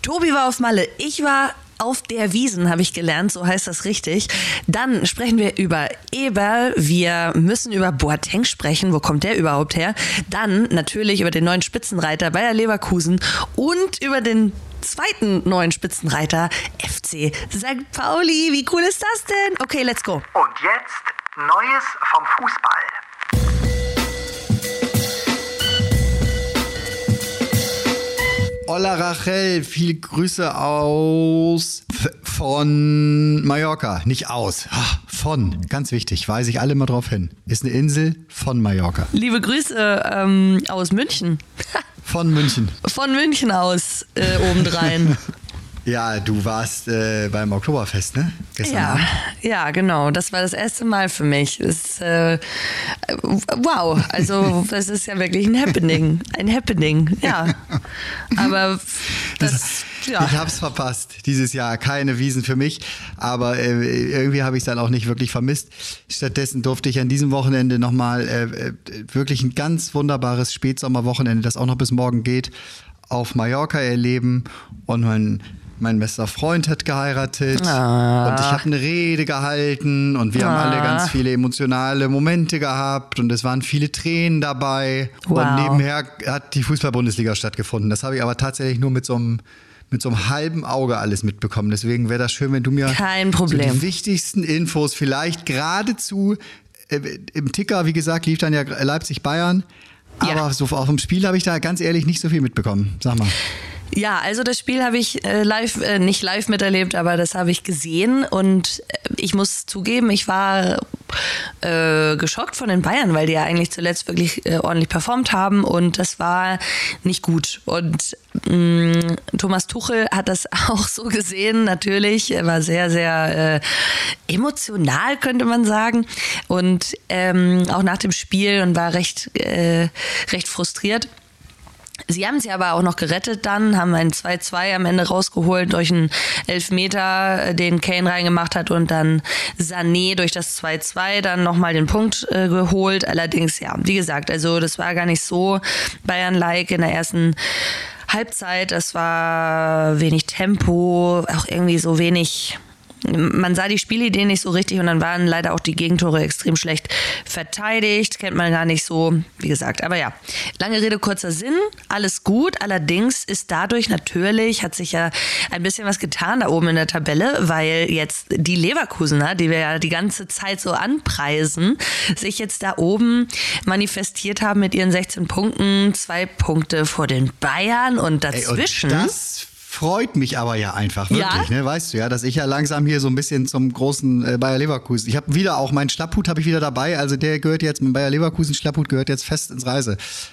Tobi war auf Malle, ich war auf der Wiesn, habe ich gelernt, so heißt das richtig. Dann sprechen wir über Eberl, wir müssen über Boateng sprechen, wo kommt der überhaupt her? Dann natürlich über den neuen Spitzenreiter Bayer Leverkusen und über den zweiten neuen Spitzenreiter FC St. Pauli. Wie cool ist das denn? Okay, let's go. Und jetzt Neues vom Fußball. Hola Rachel, viele Grüße von Mallorca. Nicht von, ganz wichtig, weise ich alle mal drauf hin. Ist eine Insel von Mallorca. Liebe Grüße aus München. Von München. Von München aus obendrein. Ja, du warst beim Oktoberfest, ne? Ja, genau. Das war das erste Mal für mich. Wow, also das ist ja wirklich ein Happening. Ein Happening, ja. Aber ich hab's verpasst. Dieses Jahr keine Wiesn für mich, aber irgendwie habe ich es dann auch nicht wirklich vermisst. Stattdessen durfte ich an diesem Wochenende nochmal wirklich ein ganz wunderbares Spätsommerwochenende, das auch noch bis morgen geht, auf Mallorca erleben. Und mein bester Freund hat geheiratet und ich habe eine Rede gehalten und wir haben alle ganz viele emotionale Momente gehabt und es waren viele Tränen dabei. Wow. Und nebenher hat die Fußball-Bundesliga stattgefunden. Das habe ich aber tatsächlich nur mit so einem halben Auge alles mitbekommen. Deswegen wäre das schön, wenn du mir so die wichtigsten Infos vielleicht geradezu im Ticker, wie gesagt, lief dann ja Leipzig-Bayern. Aber so auf dem Spiel habe ich da ganz ehrlich nicht so viel mitbekommen. Sag mal. Ja, also das Spiel habe ich nicht live miterlebt, aber das habe ich gesehen und ich muss zugeben, ich war geschockt von den Bayern, weil die ja eigentlich zuletzt wirklich ordentlich performt haben und das war nicht gut. Und Thomas Tuchel hat das auch so gesehen, natürlich. Er war sehr, sehr emotional, könnte man sagen. Und auch nach dem Spiel und war recht frustriert. Sie haben sie aber auch noch gerettet dann, haben ein 2-2 am Ende rausgeholt durch einen Elfmeter, den Kane reingemacht hat und dann Sané durch das 2-2 dann nochmal den Punkt geholt. Allerdings, ja, wie gesagt, also das war gar nicht so Bayern-like in der ersten Halbzeit. Das war wenig Tempo, auch irgendwie so wenig... Man sah die Spielidee nicht so richtig und dann waren leider auch die Gegentore extrem schlecht verteidigt. Kennt man gar nicht so, wie gesagt. Aber ja, lange Rede, kurzer Sinn. Alles gut. Allerdings ist dadurch natürlich, hat sich ja ein bisschen was getan da oben in der Tabelle, weil jetzt die Leverkusener, die wir ja die ganze Zeit so anpreisen, sich jetzt da oben manifestiert haben mit ihren 16 Punkten. 2 Punkte vor den Bayern und dazwischen... Freut mich aber ja einfach, wirklich, ne? Weißt du ja, dass ich ja langsam hier so ein bisschen zum großen Bayer Leverkusen. Ich habe wieder auch meinen Schlapphut habe ich wieder dabei, also der gehört jetzt, mein Bayer Leverkusen Schlapphut gehört jetzt fest ins ins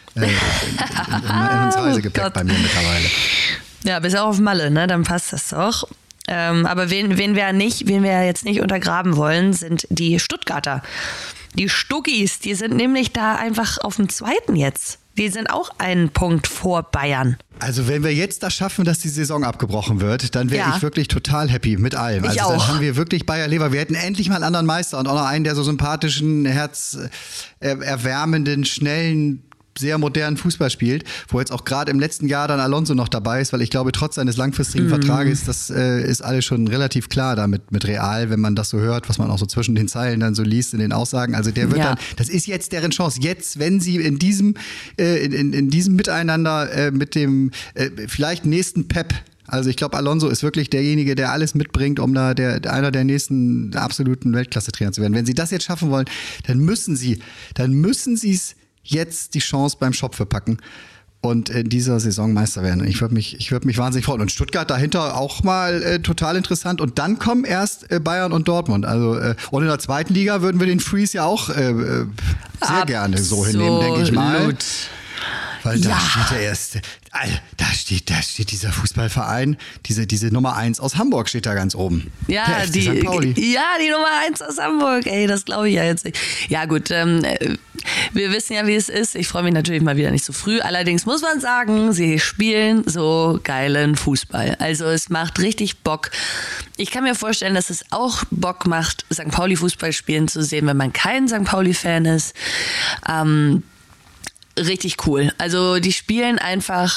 Reisegepäck bei mir mittlerweile. Ja, bist auch auf Malle, ne? Dann passt das doch. Aber wen wir jetzt nicht untergraben wollen, sind die Stuttgarter. Die Stuckis, die sind nämlich da einfach auf dem zweiten jetzt. Die sind auch einen Punkt vor Bayern. Also wenn wir jetzt das schaffen, dass die Saison abgebrochen wird, dann wäre ich wirklich total happy mit allem. Ich also dann auch. haben wir wirklich Bayer Lever. Wir hätten endlich mal einen anderen Meister und auch noch einen, der so sympathischen, herzerwärmenden, schnellen, sehr modernen Fußball spielt, wo jetzt auch gerade im letzten Jahr dann Alonso noch dabei ist, weil ich glaube, trotz seines langfristigen Vertrages, das ist alles schon relativ klar damit mit Real, wenn man das so hört, was man auch so zwischen den Zeilen dann so liest in den Aussagen. Also der wird dann, das ist jetzt deren Chance. Jetzt, wenn sie in diesem Miteinander mit dem vielleicht nächsten Pep, also ich glaube, Alonso ist wirklich derjenige, der alles mitbringt, um da einer der nächsten absoluten Weltklasse-Trainer zu werden. Wenn sie das jetzt schaffen wollen, dann müssen sie es jetzt die Chance beim Schopfe packen und in dieser Saison Meister werden. Und ich würde mich wahnsinnig freuen. Und Stuttgart dahinter auch mal total interessant. Und dann kommen erst Bayern und Dortmund. Also und in der zweiten Liga würden wir den Freeze ja auch sehr gerne so hinnehmen, denke ich mal. Weil da steht dieser Fußballverein, diese Nummer 1 aus Hamburg steht da ganz oben. Ja, die St. Pauli. Ja, die Nummer 1 aus Hamburg. Ey, das glaube ich ja jetzt nicht. Ja gut, wir wissen ja, wie es ist. Ich freue mich natürlich mal wieder nicht so früh. Allerdings muss man sagen, sie spielen so geilen Fußball. Also es macht richtig Bock. Ich kann mir vorstellen, dass es auch Bock macht, St. Pauli Fußball spielen zu sehen, wenn man kein St. Pauli-Fan ist. Richtig cool. Also die spielen einfach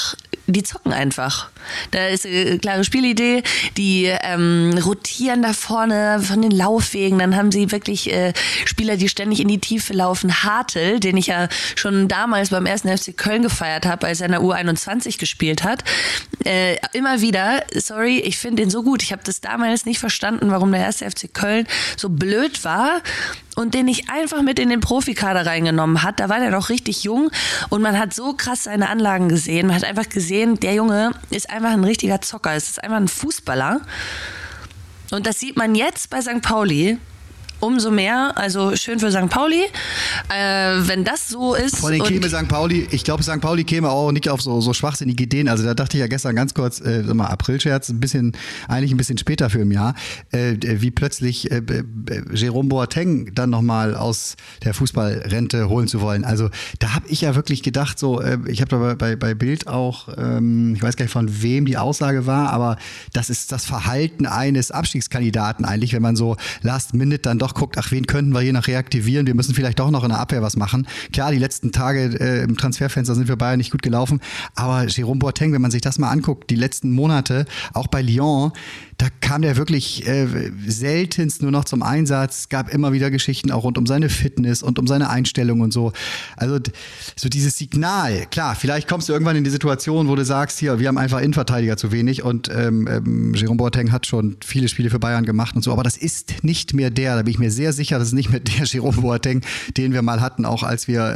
die zocken einfach. Da ist eine klare Spielidee, die rotieren da vorne von den Laufwegen, dann haben sie wirklich Spieler, die ständig in die Tiefe laufen. Hartl, den ich ja schon damals beim 1. FC Köln gefeiert habe, als er in der U21 gespielt hat, immer wieder, sorry, ich finde den so gut. Ich habe das damals nicht verstanden, warum der 1. FC Köln so blöd war und den nicht einfach mit in den Profikader reingenommen hat. Da war der noch richtig jung und man hat so krass seine Anlagen gesehen. Man hat einfach gesehen, der Junge ist einfach ein richtiger Zocker. Es ist einfach ein Fußballer. Und das sieht man jetzt bei St. Pauli umso mehr, also schön für St. Pauli, wenn das so ist. Vor allem käme St. Pauli, ich glaube, St. Pauli käme auch nicht auf so schwachsinnige Ideen. Also da dachte ich ja gestern ganz kurz, Aprilscherz, eigentlich ein bisschen später für im Jahr, wie plötzlich Jerome Boateng dann nochmal aus der Fußballrente holen zu wollen. Also da habe ich ja wirklich gedacht, ich habe da bei Bild auch, ich weiß gar nicht von wem die Aussage war, aber das ist das Verhalten eines Abstiegskandidaten eigentlich, wenn man so last minute dann doch guckt, wen könnten wir hier noch reaktivieren, wir müssen vielleicht doch noch in der Abwehr was machen. Klar, die letzten Tage im Transferfenster sind für Bayern nicht gut gelaufen, aber Jerome Boateng, wenn man sich das mal anguckt, die letzten Monate, auch bei Lyon, da kam der wirklich seltenst nur noch zum Einsatz. Es gab immer wieder Geschichten auch rund um seine Fitness und um seine Einstellung und so. Also so dieses Signal, klar, vielleicht kommst du irgendwann in die Situation, wo du sagst, hier, wir haben einfach Innenverteidiger zu wenig und Jerome Boateng hat schon viele Spiele für Bayern gemacht und so, aber das ist nicht mehr da bin ich mir sehr sicher, das ist nicht mehr der Jerome Boateng, den wir mal hatten, auch als wir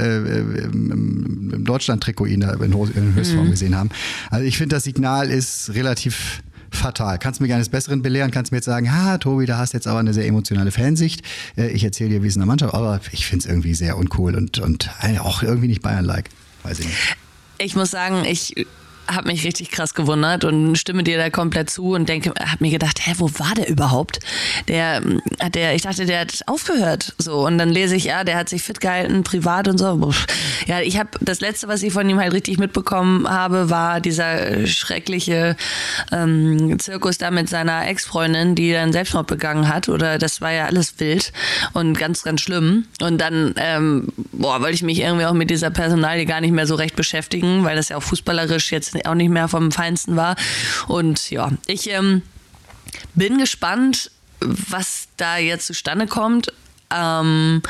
im Deutschland-Trikot ihn in Höchstform gesehen haben. Also ich finde, das Signal ist relativ fatal. Kannst du mir gerne des Besseren belehren, kannst du mir jetzt sagen, Tobi, da hast jetzt aber eine sehr emotionale Fansicht. Ich erzähle dir, wie es in der Mannschaft, aber ich finde es irgendwie sehr uncool und auch irgendwie nicht Bayern-like. Weiß ich nicht. Ich muss sagen, ich habe mich richtig krass gewundert und stimme dir da komplett zu und habe mir gedacht, wo war der überhaupt? Ich dachte, der hat aufgehört. So, und dann lese ich, der hat sich fit gehalten, privat und so. Ja, das Letzte, was ich von ihm halt richtig mitbekommen habe, war dieser schreckliche Zirkus da mit seiner Ex-Freundin, die dann Selbstmord begangen hat. Oder das war ja alles wild und ganz, ganz schlimm. Und dann wollte ich mich irgendwie auch mit dieser Personalie gar nicht mehr so recht beschäftigen, weil das ja auch fußballerisch jetzt auch nicht mehr vom Feinsten war. Und ja, ich bin gespannt, was da jetzt zustande kommt. Aber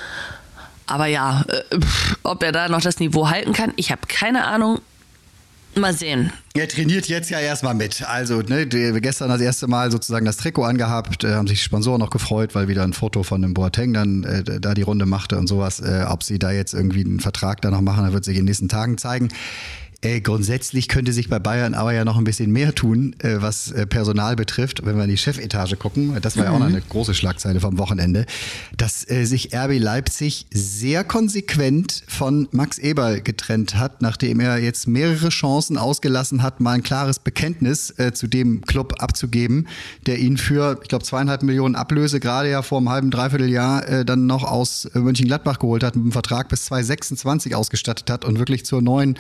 ja, ob er da noch das Niveau halten kann, ich habe keine Ahnung. Mal sehen. Er trainiert jetzt ja erstmal mit. Also gestern das erste Mal sozusagen das Trikot angehabt, haben sich die Sponsoren noch gefreut, weil wieder ein Foto von dem Boateng dann da die Runde machte und sowas. Ob sie da jetzt irgendwie einen Vertrag da noch machen, da wird sich in den nächsten Tagen zeigen. Grundsätzlich könnte sich bei Bayern aber ja noch ein bisschen mehr tun, was Personal betrifft, wenn wir in die Chefetage gucken. Das war ja auch noch eine große Schlagzeile vom Wochenende, dass sich RB Leipzig sehr konsequent von Max Eberl getrennt hat, nachdem er jetzt mehrere Chancen ausgelassen hat, mal ein klares Bekenntnis zu dem Club abzugeben, der ihn für, ich glaube, 2,5 Millionen Ablöse gerade ja vor einem halben, dreiviertel Jahr dann noch aus Mönchengladbach geholt hat, mit einem Vertrag bis 2026 ausgestattet hat und wirklich zum neuen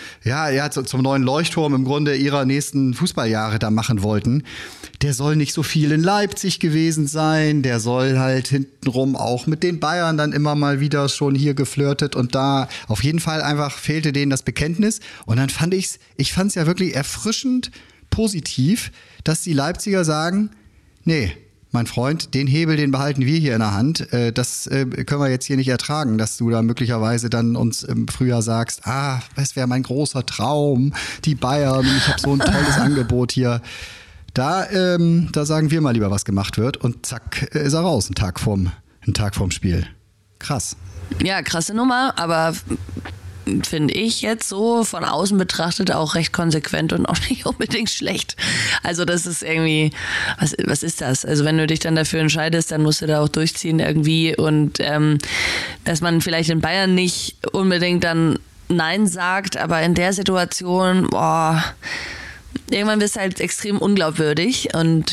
Leuchtturm im Grunde ihrer nächsten Fußballjahre da machen wollten. Der soll nicht so viel in Leipzig gewesen sein, der soll halt hintenrum auch mit den Bayern dann immer mal wieder schon hier geflirtet und da auf jeden Fall einfach fehlte denen das Bekenntnis. Und dann fand ich fand's ja wirklich erfrischend positiv, dass die Leipziger sagen, nee, mein Freund, den Hebel, den behalten wir hier in der Hand. Das können wir jetzt hier nicht ertragen, dass du da möglicherweise dann uns im Frühjahr sagst, das wäre mein großer Traum, die Bayern, ich habe so ein tolles Angebot hier. Da sagen wir mal lieber, was gemacht wird und zack, ist er raus, ein Tag vorm Spiel. Krass. Ja, krasse Nummer, aber finde ich jetzt so von außen betrachtet auch recht konsequent und auch nicht unbedingt schlecht. Also das ist irgendwie, was ist das? Also wenn du dich dann dafür entscheidest, dann musst du da auch durchziehen irgendwie und dass man vielleicht in Bayern nicht unbedingt dann Nein sagt, aber in der Situation, irgendwann bist du halt extrem unglaubwürdig und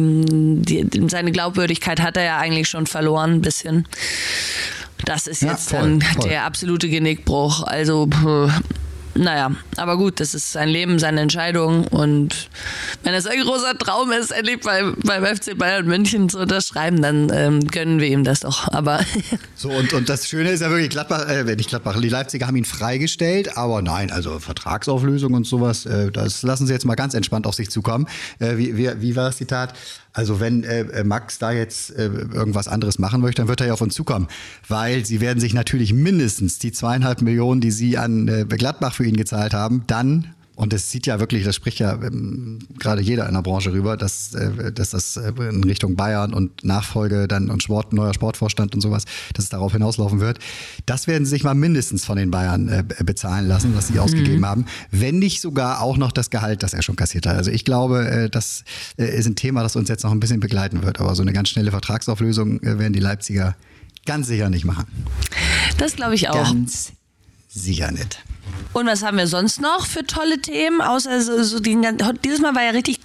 seine Glaubwürdigkeit hat er ja eigentlich schon verloren ein bisschen. Das ist jetzt voll. Der absolute Genickbruch. Also, naja, aber gut, das ist sein Leben, seine Entscheidung und wenn das ein großer Traum ist, endlich beim FC Bayern München zu unterschreiben, dann gönnen wir ihm das doch. Aber so, und das Schöne ist ja wirklich, die Leipziger haben ihn freigestellt, aber nein, also Vertragsauflösung und sowas, das lassen sie jetzt mal ganz entspannt auf sich zukommen. Wie war das Zitat? Also wenn Max da jetzt irgendwas anderes machen möchte, dann wird er ja auf uns zukommen, weil sie werden sich natürlich mindestens die 2,5 Millionen, die sie an Gladbach für ihn gezahlt haben, dann, und das sieht ja wirklich, das spricht ja gerade jeder in der Branche rüber, dass das in Richtung Bayern und Nachfolge dann und neuer Sportvorstand und sowas, dass es darauf hinauslaufen wird. Das werden sie sich mal mindestens von den Bayern bezahlen lassen, was sie ausgegeben haben. Wenn nicht sogar auch noch das Gehalt, das er schon kassiert hat. Also ich glaube, das ist ein Thema, das uns jetzt noch ein bisschen begleiten wird. Aber so eine ganz schnelle Vertragsauflösung werden die Leipziger ganz sicher nicht machen. das glaube ich auch. Ganz sicher nicht. Und was haben wir sonst noch für tolle Themen? Außer dieses Mal war ja richtig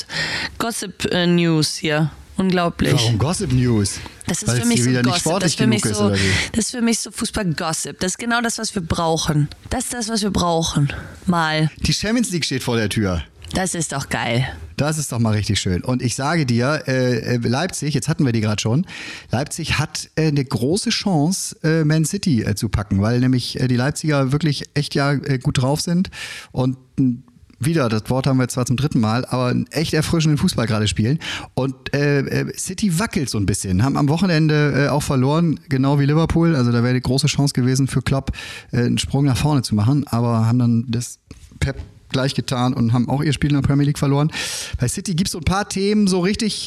Gossip-News hier. Unglaublich. Warum Gossip News? Das ist Weil für mich es so wieder nicht Gossip. sportlich genug ist, oder wie? Das ist für mich so Fußball-Gossip. Das ist genau das, was wir brauchen. Das ist das, was wir brauchen. Mal. Die Champions League steht vor der Tür. Das ist doch geil. Das ist doch mal richtig schön. Und ich sage dir, Leipzig, jetzt hatten wir die gerade schon, Leipzig hat eine große Chance, Man City zu packen, weil nämlich die Leipziger wirklich echt gut drauf sind und wieder, das Wort haben wir zwar zum 3. Mal, aber einen echt erfrischenden Fußball gerade spielen. Und City wackelt so ein bisschen, haben am Wochenende auch verloren, genau wie Liverpool. Also da wäre eine große Chance gewesen für Klopp, einen Sprung nach vorne zu machen, aber haben dann das Pep gleich getan und haben auch ihr Spiel in der Premier League verloren. Bei City gibt es so ein paar Themen, so richtig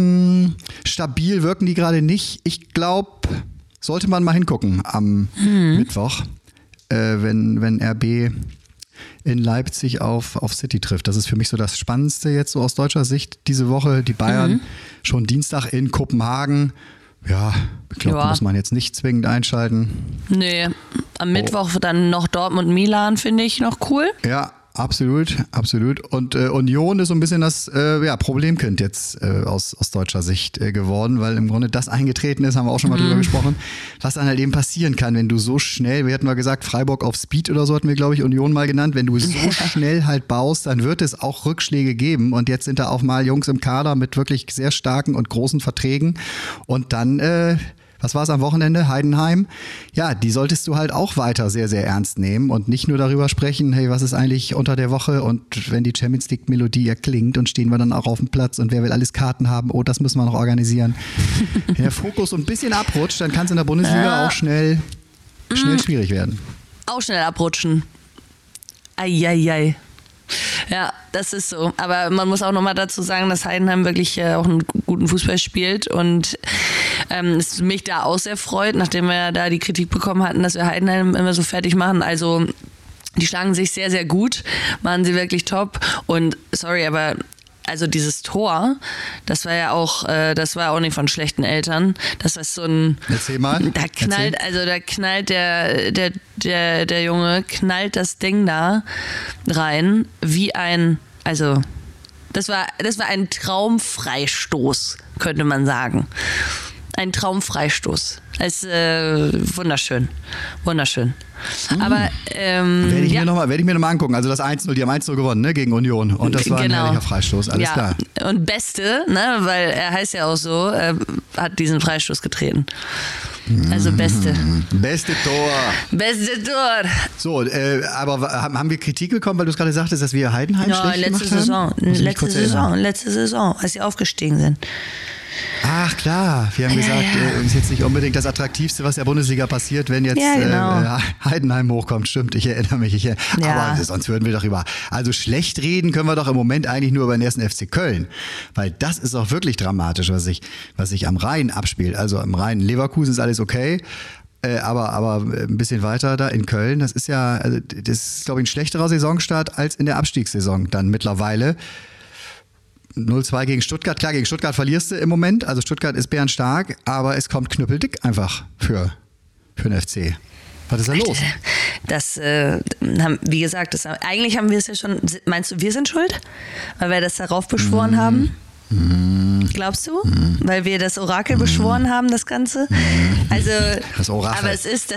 stabil wirken die gerade nicht. Ich glaube, sollte man mal hingucken am Mittwoch, wenn RB in Leipzig auf City trifft. Das ist für mich so das Spannendste jetzt so aus deutscher Sicht diese Woche. Die Bayern schon Dienstag in Kopenhagen. Ja, ich glaube, muss man jetzt nicht zwingend einschalten. Nee, am Mittwoch dann noch Dortmund-Milan finde ich noch cool. Ja, absolut. Und Union ist so ein bisschen das Problemkind jetzt aus deutscher Sicht geworden, weil im Grunde das eingetreten ist, haben wir auch schon mal drüber gesprochen, was dann halt eben passieren kann, wenn du so schnell, wir hatten mal gesagt, Freiburg auf Speed oder so hatten wir, glaube ich, Union mal genannt, wenn du so schnell halt baust, dann wird es auch Rückschläge geben und jetzt sind da auch mal Jungs im Kader mit wirklich sehr starken und großen Verträgen und dann was war es am Wochenende? Heidenheim. Ja, die solltest du halt auch weiter sehr, sehr ernst nehmen und nicht nur darüber sprechen, hey, was ist eigentlich unter der Woche und wenn die Champions League Melodie erklingt und stehen wir dann auch auf dem Platz und wer will alles Karten haben, oh, das müssen wir noch organisieren. Wenn der Fokus so ein bisschen abrutscht, dann kann es in der Bundesliga auch schnell schwierig werden. Auch schnell abrutschen. Eieiei. Ja, das ist so. Aber man muss auch nochmal dazu sagen, dass Heidenheim wirklich auch einen guten Fußball spielt und es mich da auch sehr freut, nachdem wir da die Kritik bekommen hatten, dass wir Heidenheim immer so fertig machen. Also die schlagen sich sehr, sehr gut, machen sie wirklich top. Und sorry, aber also dieses Tor, das war ja auch, das war auch nicht von schlechten Eltern. Das ist so ein. Erzähl mal. Da knallt der Junge, knallt das Ding da rein, wie ein, also das war ein Traumfreistoß, könnte man sagen. Ein Traumfreistoß. Es ist wunderschön. Wunderschön. Aber werde ich mir nochmal angucken. Also das 1-0, die haben 1-0 gewonnen, ne, gegen Union. Und das war ein herrlicher Freistoß, alles klar. Und Beste, ne, weil er heißt ja auch so, hat diesen Freistoß getreten. Also Beste. Beste Tor. Beste Tor. So, aber haben wir Kritik bekommen, weil du es gerade sagtest, dass wir Heidenheim schlecht gemacht haben? Letzte Saison, als sie aufgestiegen sind. Ach klar, wir haben gesagt, ist jetzt nicht unbedingt das Attraktivste, was der Bundesliga passiert, wenn jetzt Heidenheim hochkommt. Stimmt, ich erinnere mich. Aber sonst würden wir doch also schlecht reden können wir doch im Moment eigentlich nur über den 1. FC Köln. Weil das ist auch wirklich dramatisch, was sich am Rhein abspielt. Also am Rhein Leverkusen ist alles okay. Aber ein bisschen weiter da in Köln, das ist ja, also das ist, glaube ich, ein schlechterer Saisonstart als in der Abstiegssaison dann mittlerweile. 0-2 gegen Stuttgart. Klar, gegen Stuttgart verlierst du im Moment. Also Stuttgart ist bärenstark, aber es kommt knüppeldick einfach für den FC. Was ist da los? Wie gesagt, eigentlich haben wir es ja schon. Meinst du, wir sind schuld? Weil wir das darauf beschworen haben? Glaubst du? Weil wir das Orakel beschworen haben, das Ganze? Also, das Orakel. Aber es ist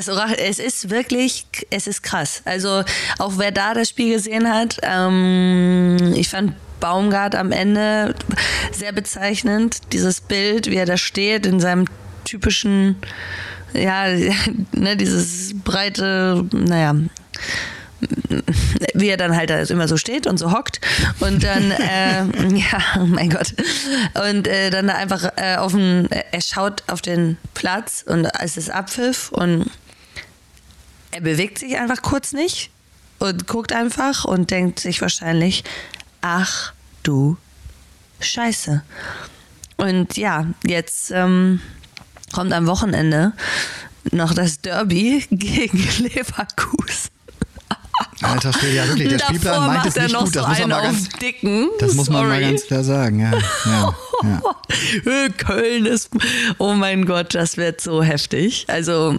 krass. Also, auch wer da das Spiel gesehen hat, ich fand Baumgart am Ende, sehr bezeichnend, dieses Bild, wie er da steht in seinem typischen, ja, ne, dieses breite, naja, wie er dann halt immer so steht und so hockt und dann, ja, oh mein Gott, und dann einfach er schaut auf den Platz und es ist Abpfiff und er bewegt sich einfach kurz nicht und guckt einfach und denkt sich wahrscheinlich, ach du Scheiße. Und ja, jetzt kommt am Wochenende noch das Derby gegen Leverkusen. Alter Schwede, ja wirklich, der Spielplan meint es nicht gut, das muss man mal ganz, das muss man mal ganz klar sagen, ja. Köln ist, oh mein Gott, das wird so heftig, also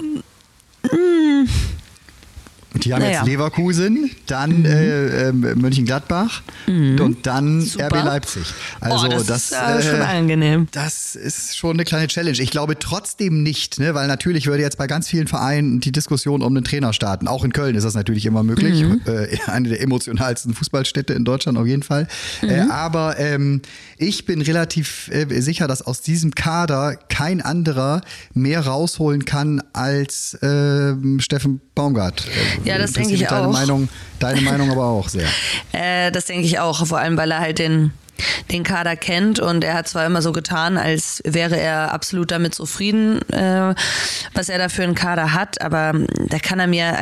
die haben jetzt Leverkusen, dann Mönchengladbach und dann Super. RB Leipzig. Also das ist schon angenehm. Das ist schon eine kleine Challenge. Ich glaube trotzdem nicht, ne, weil natürlich würde jetzt bei ganz vielen Vereinen die Diskussion um den Trainer starten. Auch in Köln ist das natürlich immer möglich. Eine der emotionalsten Fußballstädte in Deutschland auf jeden Fall. Aber ich bin relativ sicher, dass aus diesem Kader kein anderer mehr rausholen kann als Steffen Baumgart. Ja, das denke ich auch. Deine Meinung aber auch sehr. Das denke ich auch, vor allem, weil er halt den Kader kennt und er hat zwar immer so getan, als wäre er absolut damit zufrieden, was er da für einen Kader hat, aber das kann er mir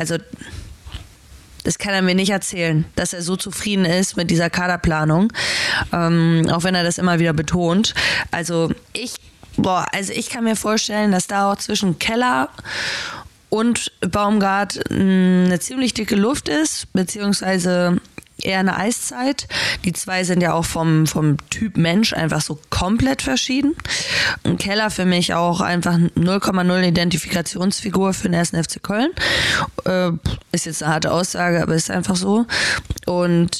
nicht erzählen, dass er so zufrieden ist mit dieser Kaderplanung, auch wenn er das immer wieder betont. Also ich kann mir vorstellen, dass da auch zwischen Keller und Baumgart eine ziemlich dicke Luft ist, beziehungsweise eher eine Eiszeit. Die zwei sind ja auch vom Typ Mensch einfach so komplett verschieden. Und Keller für mich auch einfach 0,0 Identifikationsfigur für den 1. FC Köln. Ist jetzt eine harte Aussage, aber ist einfach so. Und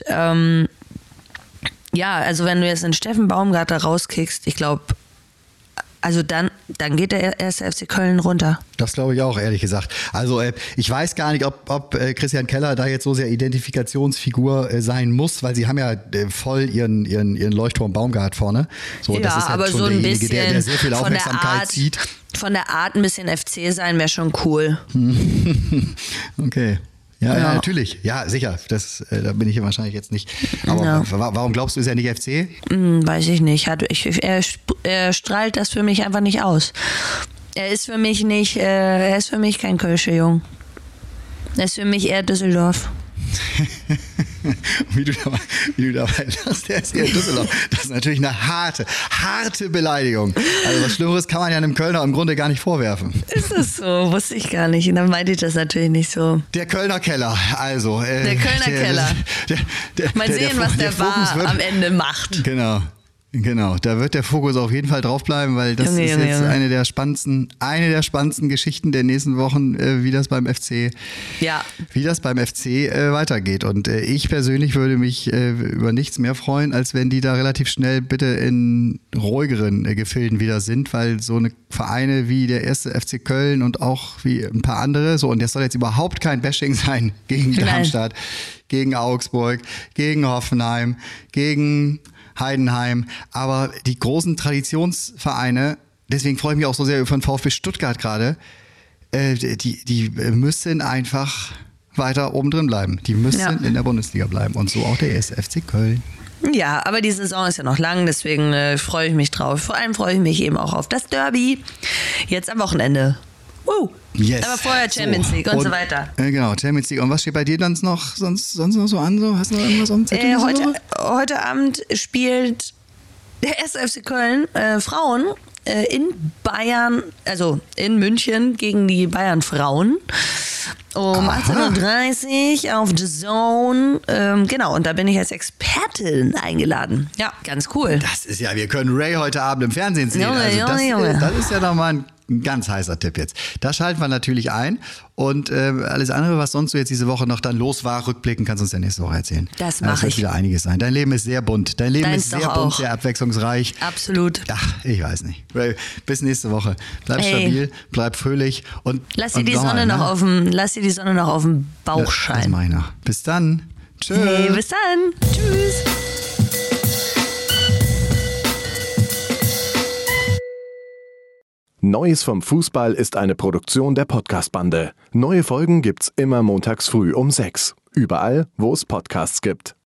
ja, also wenn du jetzt einen Steffen Baumgart da rauskickst, ich glaube, also dann geht der 1. FC Köln runter. Das glaube ich auch, ehrlich gesagt. Also ich weiß gar nicht, ob Christian Keller da jetzt so sehr Identifikationsfigur sein muss, weil sie haben ja voll ihren Leuchtturm Baumgart vorne. So, ja, das ist aber schon so ein derjenige, bisschen der sehr viel Aufmerksamkeit zieht. Von der Art ein bisschen FC sein wäre schon cool. Okay. Ja, natürlich. Ja, sicher. Da bin ich ja wahrscheinlich jetzt nicht. Aber warum glaubst du, ist er nicht FC? Weiß ich nicht. Er strahlt das für mich einfach nicht aus. Er ist für mich kein Kölsche Jung. Er ist für mich eher Düsseldorf. Wie du dabei lachst, der ist eher Düsseldorf. Das ist natürlich eine harte Beleidigung. Also was Schlimmeres kann man ja einem Kölner im Grunde gar nicht vorwerfen. Ist das so? Wusste ich gar nicht. Und dann meinte ich das natürlich nicht so. Der Kölner Keller, also. Der Kölner Keller. Mal sehen, was der am Ende macht. Genau, da wird der Fokus auf jeden Fall drauf bleiben, weil das ist jetzt eine der spannendsten Geschichten der nächsten Wochen, wie das beim FC weitergeht. Und ich persönlich würde mich über nichts mehr freuen, als wenn die da relativ schnell bitte in ruhigeren Gefilden wieder sind, weil so eine Vereine wie der 1. FC Köln und auch wie ein paar andere, so, und das soll jetzt überhaupt kein Bashing sein gegen Darmstadt, gegen Augsburg, gegen Hoffenheim, gegen Heidenheim, aber die großen Traditionsvereine, deswegen freue ich mich auch so sehr über den VfB Stuttgart gerade, die müssen einfach weiter oben drin bleiben. Die müssen in der Bundesliga bleiben und so auch der 1. FC Köln. Ja, aber die Saison ist ja noch lang, deswegen freue ich mich drauf. Vor allem freue ich mich eben auch auf das Derby jetzt am Wochenende. Yes. Aber vorher Champions League und so weiter. Genau, Champions League. Und was steht bei dir dann noch sonst noch so an? So? Hast du noch irgendwas um Zettel? Heute Abend spielt der 1. FC Köln Frauen in Bayern, also in München gegen die Bayern Frauen. Um 18.30 Uhr auf The Zone. Genau, und da bin ich als Expertin eingeladen. Ja, ganz cool. Das ist ja, wir können Ray heute Abend im Fernsehen sehen. Junge. Das ist ja nochmal ein ganz heißer Tipp jetzt. Da schalten wir natürlich ein. Und alles andere, was sonst so jetzt diese Woche noch dann los war, rückblicken, kannst du uns ja nächste Woche erzählen. Das mache ich. Das wird wieder einiges sein. Dein Leben ist sehr bunt. Dein Leben ist sehr bunt, sehr abwechslungsreich. Absolut. Ach, ich weiß nicht. Ray, bis nächste Woche. Bleib stabil, bleib fröhlich und lass dir die Sonne noch auf dem Bauch scheinen. Das mach ich noch. Bis dann. Tschüss. Hey, bis dann. Tschüss. Neues vom Fußball ist eine Produktion der Podcast-Bande. Neue Folgen gibt's immer montags früh um 6. Überall, wo es Podcasts gibt.